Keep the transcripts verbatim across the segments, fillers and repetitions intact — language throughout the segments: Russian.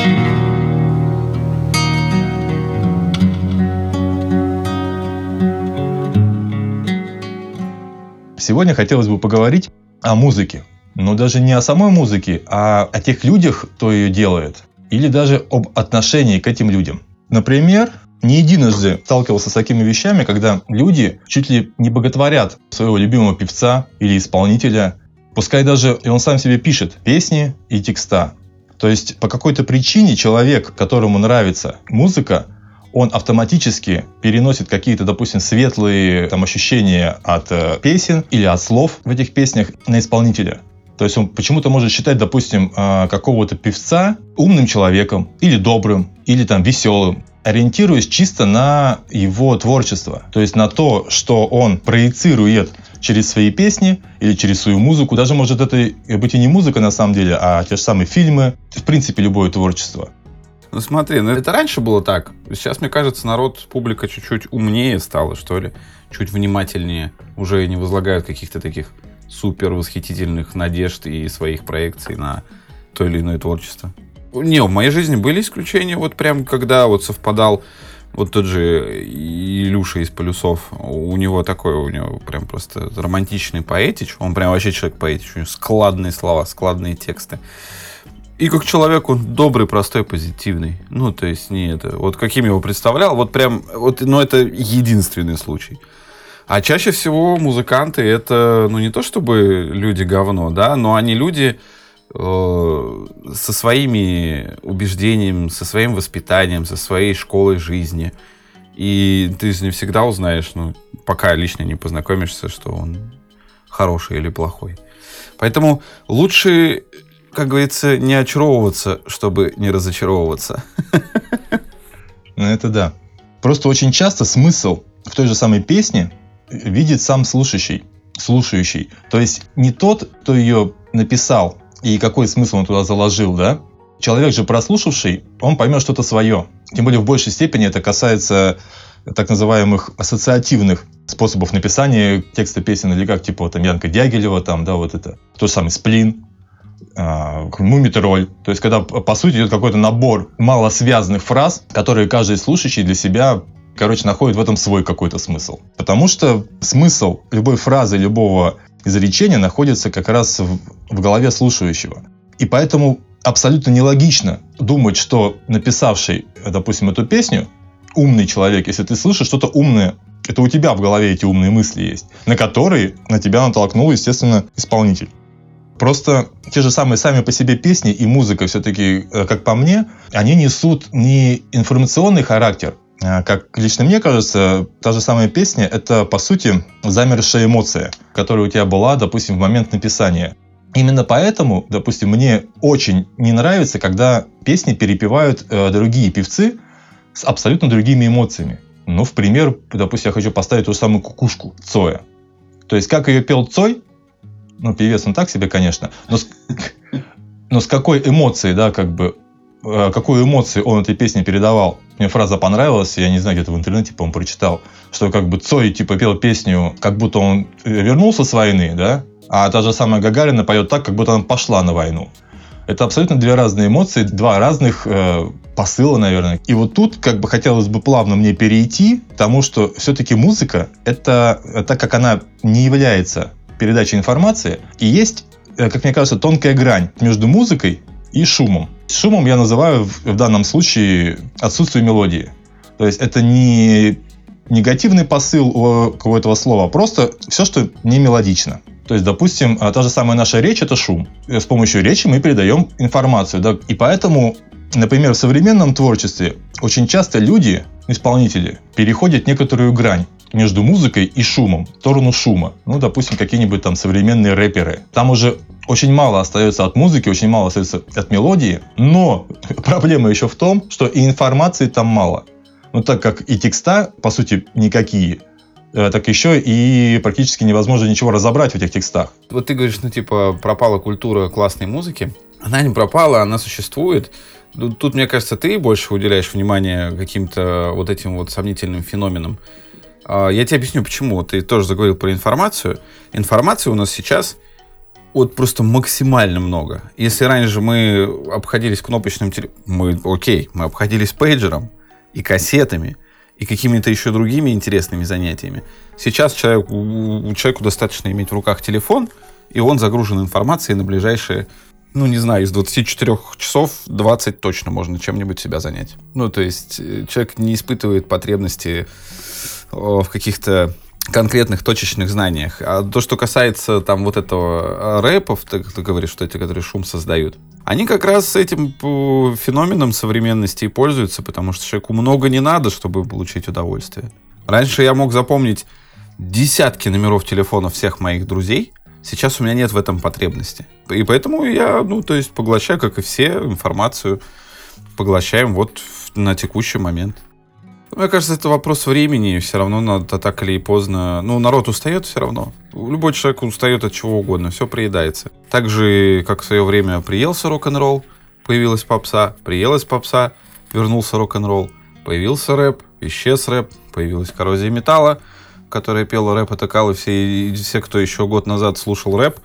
Сегодня хотелось бы поговорить о музыке. Но даже не о самой музыке, а о тех людях, кто ее делает. Или даже об отношении к этим людям. Например, не единожды сталкивался с такими вещами, когда люди чуть ли не боготворят своего любимого певца или исполнителя. Пускай даже и он сам себе пишет песни и текста. То есть по какой-то причине человек, которому нравится музыка, он автоматически переносит какие-то, допустим, светлые там, ощущения от э, песен или от слов в этих песнях на исполнителя. То есть он почему-то может считать, допустим, э, какого-то певца умным человеком, или добрым, или там веселым, ориентируясь чисто на его творчество. То есть на то, что он проецирует через свои песни или через свою музыку. Даже может это быть и не музыка на самом деле, а те же самые фильмы, в принципе, любое творчество. Ну смотри, ну это раньше было так. Сейчас, мне кажется, народ, публика чуть-чуть умнее стала, что ли. Чуть внимательнее. Уже не возлагают каких-то таких супер восхитительных надежд и своих проекций на то или иное творчество. Не, в моей жизни были исключения. Вот прям когда вот совпадал вот тот же Илюша из «Полюсов». У него такой, у него прям просто романтичный поэтич. Он прям вообще человек поэтич. У него складные слова, складные тексты. И как человек он добрый, простой, позитивный. Ну, то есть, не это. Вот каким я его представлял, вот прям, вот, ну, это единственный случай. А чаще всего музыканты это, ну, не то чтобы люди говно, да, но они люди э, со своими убеждениями, со своим воспитанием, со своей школой жизни. И ты не всегда узнаешь, ну, пока лично не познакомишься, что он хороший или плохой. Поэтому лучше, как говорится, не очаровываться, чтобы не разочаровываться. Ну, это да. Просто очень часто смысл в той же самой песне видит сам слушающий. слушающий. То есть не тот, кто ее написал и какой смысл он туда заложил, да? Человек же прослушавший, он поймет что-то свое. Тем более в большей степени это касается так называемых ассоциативных способов написания текста песен, или как типа там Янка Дягилева, там, да, вот это. Тот же самый «Сплин», «Мумий-тролль». То есть, когда, по сути, идет какой-то набор малосвязанных фраз, которые каждый слушающий для себя, короче, находит в этом свой какой-то смысл. Потому что смысл любой фразы, любого изречения находится как раз в, в голове слушающего. И поэтому абсолютно нелогично думать, что написавший, допустим, эту песню, умный человек, если ты слышишь что-то умное, это у тебя в голове эти умные мысли есть, на которые на тебя натолкнул, естественно, исполнитель. Просто те же самые сами по себе песни и музыка, все-таки, как по мне, они несут не информационный характер. Как лично мне кажется, та же самая песня — это, по сути, замершая эмоция, которая у тебя была, допустим, в момент написания. Именно поэтому, допустим, мне очень не нравится, когда песни перепевают э, другие певцы с абсолютно другими эмоциями. Ну, в пример, допустим, я хочу поставить ту же самую «Кукушку» Цоя. То есть, как ее пел Цой, ну, певец он так себе, конечно, но с, но с какой эмоцией, да, как бы, э, какую эмоцию он этой песне передавал. Мне фраза понравилась, я не знаю, где-то в интернете, по-моему, прочитал, что как бы Цой, типа, пел песню, как будто он вернулся с войны, да, а та же самая Гагарина поет так, как будто она пошла на войну. Это абсолютно две разные эмоции, два разных э, посыла, наверное. И вот тут как бы хотелось бы плавно мне перейти к тому, что все-таки музыка, это, так как она не является передачей информации, и есть, как мне кажется, тонкая грань между музыкой и шумом. Шумом я называю в, в данном случае отсутствие мелодии. То есть это не негативный посыл у, у этого слова, а просто все, что не мелодично. То есть, допустим, та же самая наша речь — это шум. С помощью речи мы передаем информацию. Да? И поэтому, например, в современном творчестве очень часто люди, исполнители, переходят некоторую грань между музыкой и шумом, в сторону шума. Ну, допустим, какие-нибудь там современные рэперы. Там уже очень мало остается от музыки, очень мало остается от мелодии. Но проблема еще в том, что и информации там мало. Ну, так как и текста, по сути, никакие, так еще и практически невозможно ничего разобрать в этих текстах. Вот ты говоришь, ну, типа, пропала культура классной музыки. Она не пропала, она существует. Тут, мне кажется, ты больше уделяешь внимание каким-то вот этим вот сомнительным феноменам. Я тебе объясню, почему. Ты тоже заговорил про информацию. Информация у нас сейчас Вот просто максимально много. Если раньше мы обходились кнопочным телефоном, мы, окей, мы обходились пейджером и кассетами, и какими-то еще другими интересными занятиями. Сейчас человеку, человеку достаточно иметь в руках телефон, и он загружен информацией на ближайшие, ну, не знаю, из двадцати четырёх часов двадцать точно можно чем-нибудь себя занять. Ну, то есть человек не испытывает потребности в каких-то конкретных точечных знаниях. А то, что касается там вот этого рэпов, ты, ты говоришь, что эти, которые шум создают, они как раз этим феноменом современности и пользуются, потому что человеку много не надо, чтобы получить удовольствие. Раньше я мог запомнить десятки номеров телефонов всех моих друзей, сейчас у меня нет в этом потребности. И поэтому я, ну, то есть поглощаю, как и все, информацию поглощаем вот на текущий момент. Мне кажется, это вопрос времени, все равно надо так или поздно. Ну, народ устает все равно. Любой человек устает от чего угодно, все приедается. Так же, как в свое время приелся рок-н-ролл, появилась попса, приелась попса, вернулся рок-н-ролл, появился рэп, исчез рэп, появилась коррозия металла, которая пела рэп, атакала, и все, и все, кто еще год назад слушал рэп,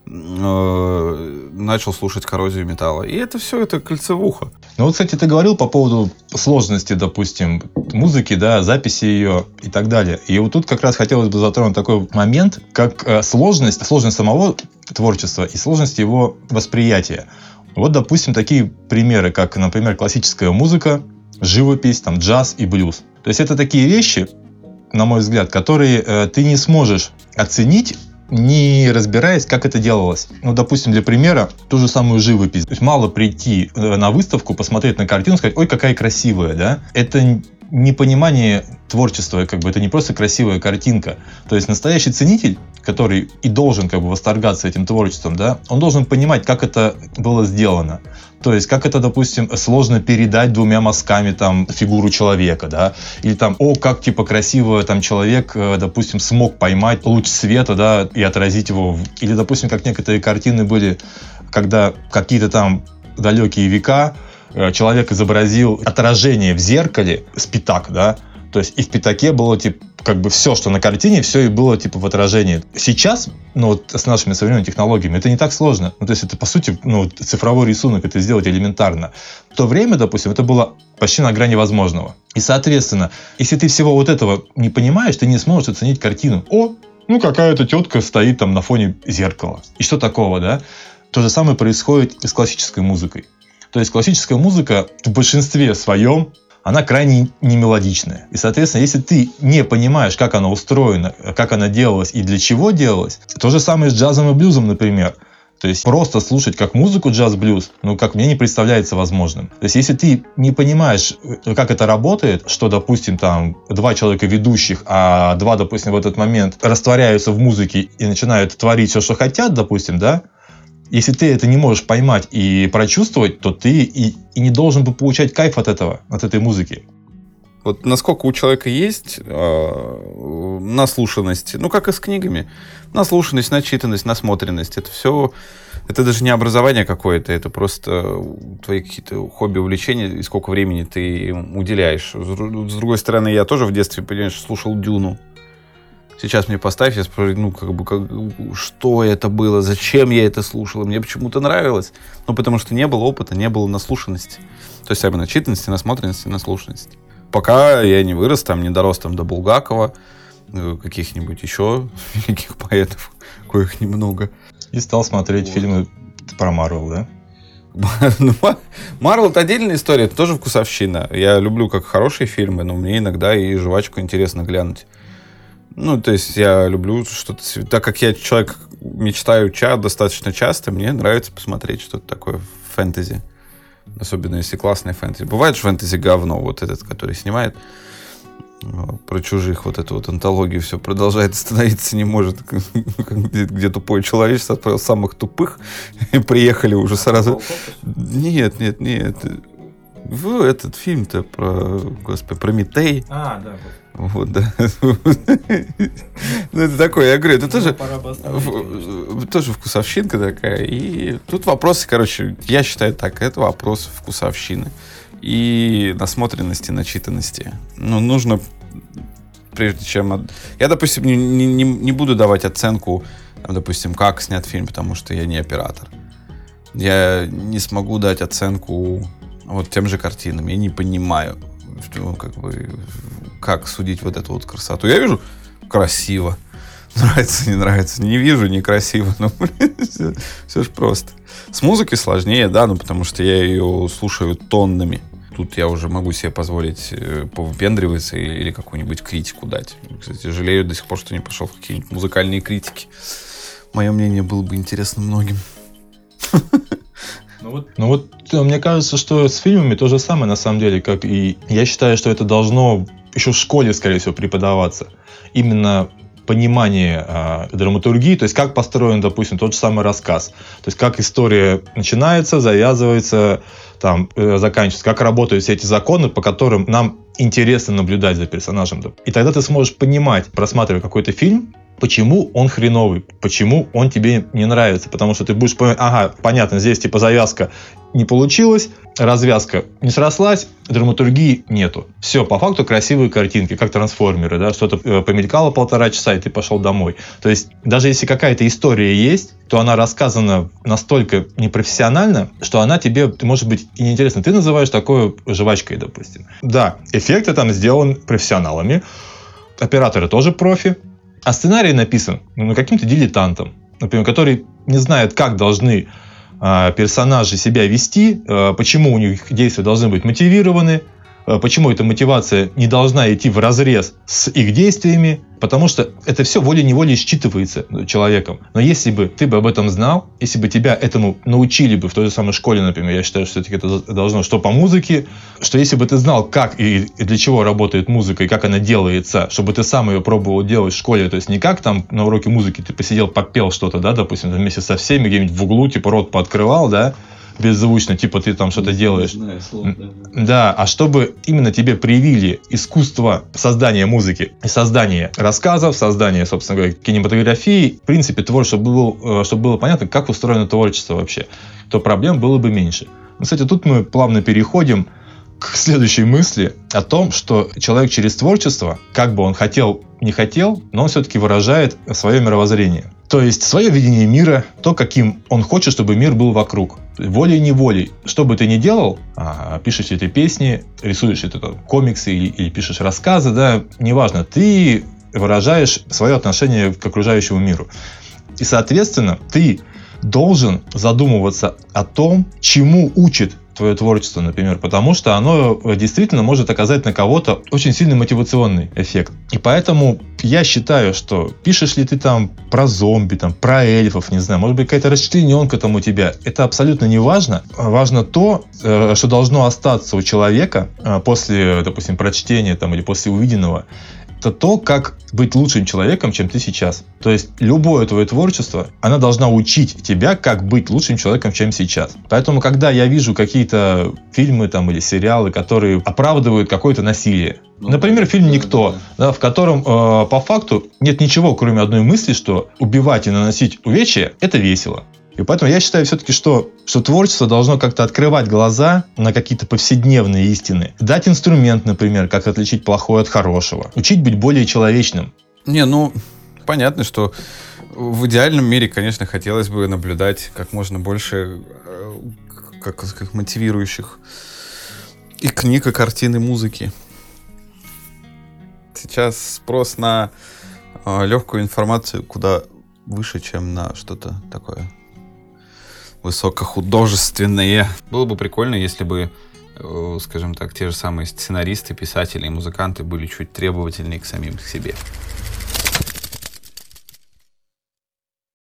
э, начал слушать коррозию металла. И это все, это кольцевуха. Ну вот, кстати, ты говорил по поводу сложности, допустим, музыки, да, записи ее и так далее. И вот тут как раз хотелось бы затронуть такой момент, как э, сложность, сложность самого творчества и сложность его восприятия. Вот, допустим, такие примеры, как, например, классическая музыка, живопись, там, джаз и блюз. То есть это такие вещи, на мой взгляд, которые э, ты не сможешь оценить, не разбираясь, как это делалось. Ну, допустим, для примера, ту же самую живопись. То есть мало прийти на выставку, посмотреть на картину, сказать, ой, какая красивая, да? Это непонимание творчества, как бы, это не просто красивая картинка. То есть настоящий ценитель, который и должен как бы восторгаться этим творчеством, да, он должен понимать, как это было сделано. То есть, как это, допустим, сложно передать двумя мазками там фигуру человека, да, или там, о, как типа красиво там человек, допустим, смог поймать луч света, да, и отразить его. Или, допустим, как некоторые картины были, когда какие-то там далекие века человек изобразил отражение в зеркале с пятак, да, то есть и в пятаке было типа как бы все, что на картине, все и было типа в отражении. Сейчас, ну вот с нашими современными технологиями, это не так сложно. Ну то есть это по сути, ну цифровой рисунок, это сделать элементарно. В то время, допустим, это было почти на грани возможного. И соответственно, если ты всего вот этого не понимаешь, ты не сможешь оценить картину. О, ну какая-то тетка стоит там на фоне зеркала. И что такого, да? То же самое происходит и с классической музыкой. То есть классическая музыка в большинстве своем, она крайне немелодичная. И, соответственно, если ты не понимаешь, как она устроена, как она делалась и для чего делалась, то же самое с джазом и блюзом, например. То есть просто слушать как музыку джаз-блюз, ну, как мне не представляется возможным. То есть если ты не понимаешь, как это работает, что, допустим, там два человека ведущих, а два, допустим, в этот момент растворяются в музыке и начинают творить все, что хотят, допустим, да, если ты это не можешь поймать и прочувствовать, то ты и, и не должен бы получать кайф от этого, от этой музыки. Вот насколько у человека есть э, наслушанность, ну, как и с книгами, наслушанность, начитанность, насмотренность, это все, это даже не образование какое-то, это просто твои какие-то хобби, увлечения, и сколько времени ты им уделяешь. С другой стороны, я тоже в детстве, понимаешь, слушал Дюну. Сейчас мне поставь, я спрошу, ну, как бы, как, что это было, зачем я это слушал, мне почему-то нравилось, ну, потому что не было опыта, не было наслушанности, то есть, именно начитанности, насмотренности, наслушанности. Пока я не вырос, там, не дорос там, до Булгакова, каких-нибудь еще великих поэтов, коих немного. И стал смотреть вот фильмы про Марвел, да? Марвел — это отдельная история, это тоже вкусовщина. Я люблю как хорошие фильмы, но мне иногда и жвачку интересно глянуть. Ну, то есть я люблю что-то... Так как я человек, мечтаю ча достаточно часто, мне нравится посмотреть что-то такое в фэнтези. Особенно если классное фэнтези. Бывает же фэнтези говно, вот этот, который снимает про чужих, вот эту вот антологию все продолжает становиться не может. Где, где тупое человечество отправил самых тупых, и приехали уже сразу. Нет, нет, нет. В этот фильм-то про, господи, Прометей. А, да. Вот, да. Ну, это такое, я говорю, это тоже, тоже вкусовщинка такая. И тут вопросы, короче, я считаю так, это вопрос вкусовщины и насмотренности, начитанности. Ну, нужно, прежде чем... Я, допустим, не, не, не буду давать оценку допустим, как снят фильм, потому что я не оператор. Я не смогу дать оценку вот тем же картинам. Я не понимаю, что, как бы, как судить вот эту вот красоту. Я вижу красиво. Нравится, не нравится. Не вижу, некрасиво. Но, блин, все, все же просто. С музыкой сложнее, да, ну, потому что я ее слушаю тоннами. Тут я уже могу себе позволить повыпендриваться или какую-нибудь критику дать. Кстати, жалею до сих пор, что не пошел в какие-нибудь музыкальные критики. Мое мнение было бы интересно многим. Ну вот, ну вот, мне кажется, что с фильмами то же самое, на самом деле, как и... Я считаю, что это должно еще в школе, скорее всего, преподаваться. Именно понимание э, драматургии, то есть как построен, допустим, тот же самый рассказ. То есть как история начинается, завязывается, там, э, заканчивается, как работают все эти законы, по которым нам интересно наблюдать за персонажем. И тогда ты сможешь понимать, просматривая какой-то фильм, почему он хреновый, почему он тебе не нравится. Потому что ты будешь понимать, ага, понятно, здесь типа завязка не получилась, развязка не срослась, драматургии нету. Все, по факту красивые картинки, как трансформеры, да, что-то помелькало полтора часа, и ты пошел домой. То есть, даже если какая-то история есть, то она рассказана настолько непрофессионально, что она тебе, может быть, и неинтересна. Ты называешь такое жвачкой, допустим. Да, эффекты там сделаны профессионалами, операторы тоже профи, а сценарий написан ну, каким-то дилетантом, например, который не знает, как должны э, персонажи себя вести, э, почему у них действия должны быть мотивированы, э, почему эта мотивация не должна идти вразрез с их действиями, потому что это все волей-неволей считывается человеком. Но если бы ты бы об этом знал, если бы тебя этому научили бы в той же самой школе, например, я считаю, что все-таки это должно, что по музыке, что если бы ты знал, как и для чего работает музыка и как она делается, чтобы ты сам ее пробовал делать в школе, то есть не как там на уроке музыки ты посидел, попел что-то, да, допустим, вместе со всеми где-нибудь в углу, типа рот пооткрывал, да, беззвучно, типа ты там что-то делаешь. Знаю, слов, да. Да, а чтобы именно тебе привили искусство создания музыки и создания рассказов, создания, собственно говоря, кинематографии, в принципе, творчество было, чтобы было понятно, как устроено творчество вообще, то проблем было бы меньше. Но, кстати, тут мы плавно переходим к следующей мысли о том, что человек через творчество, как бы он хотел, не хотел, но он все-таки выражает свое мировоззрение. То есть свое видение мира, то, каким он хочет, чтобы мир был вокруг. Волей-неволей. Что бы ты ни делал, а, пишешь ли ты песни, рисуешь ли ты там, комиксы или, или пишешь рассказы, да, неважно, ты выражаешь свое отношение к окружающему миру. И, соответственно, ты должен задумываться о том, чему учит твое творчество, например, потому что оно действительно может оказать на кого-то очень сильный мотивационный эффект. И поэтому я считаю, что пишешь ли ты там про зомби, там, про эльфов, не знаю, может быть, какая-то расчлененка там у тебя, это абсолютно не важно. Важно то, что должно остаться у человека после, допустим, прочтения там, или после увиденного. Это то, как быть лучшим человеком, чем ты сейчас. То есть любое твое творчество, оно должно учить тебя, как быть лучшим человеком, чем сейчас. Поэтому, когда я вижу какие-то фильмы там, или сериалы, которые оправдывают какое-то насилие, ну, например, фильм «Никто», да, да. Да, в котором э, по факту нет ничего, кроме одной мысли, что убивать и наносить увечья – это весело. И поэтому я считаю все-таки, что, что творчество должно как-то открывать глаза на какие-то повседневные истины. Дать инструмент, например, как отличить плохое от хорошего. Учить быть более человечным. Не, ну, понятно, что в идеальном мире, конечно, хотелось бы наблюдать как можно больше как, как мотивирующих и книг, и картин, и музыки. Сейчас спрос на э, легкую информацию куда выше, чем на что-то такое высокохудожественные. Было бы прикольно, если бы, скажем так, те же самые сценаристы, писатели и музыканты были чуть требовательнее к самим себе.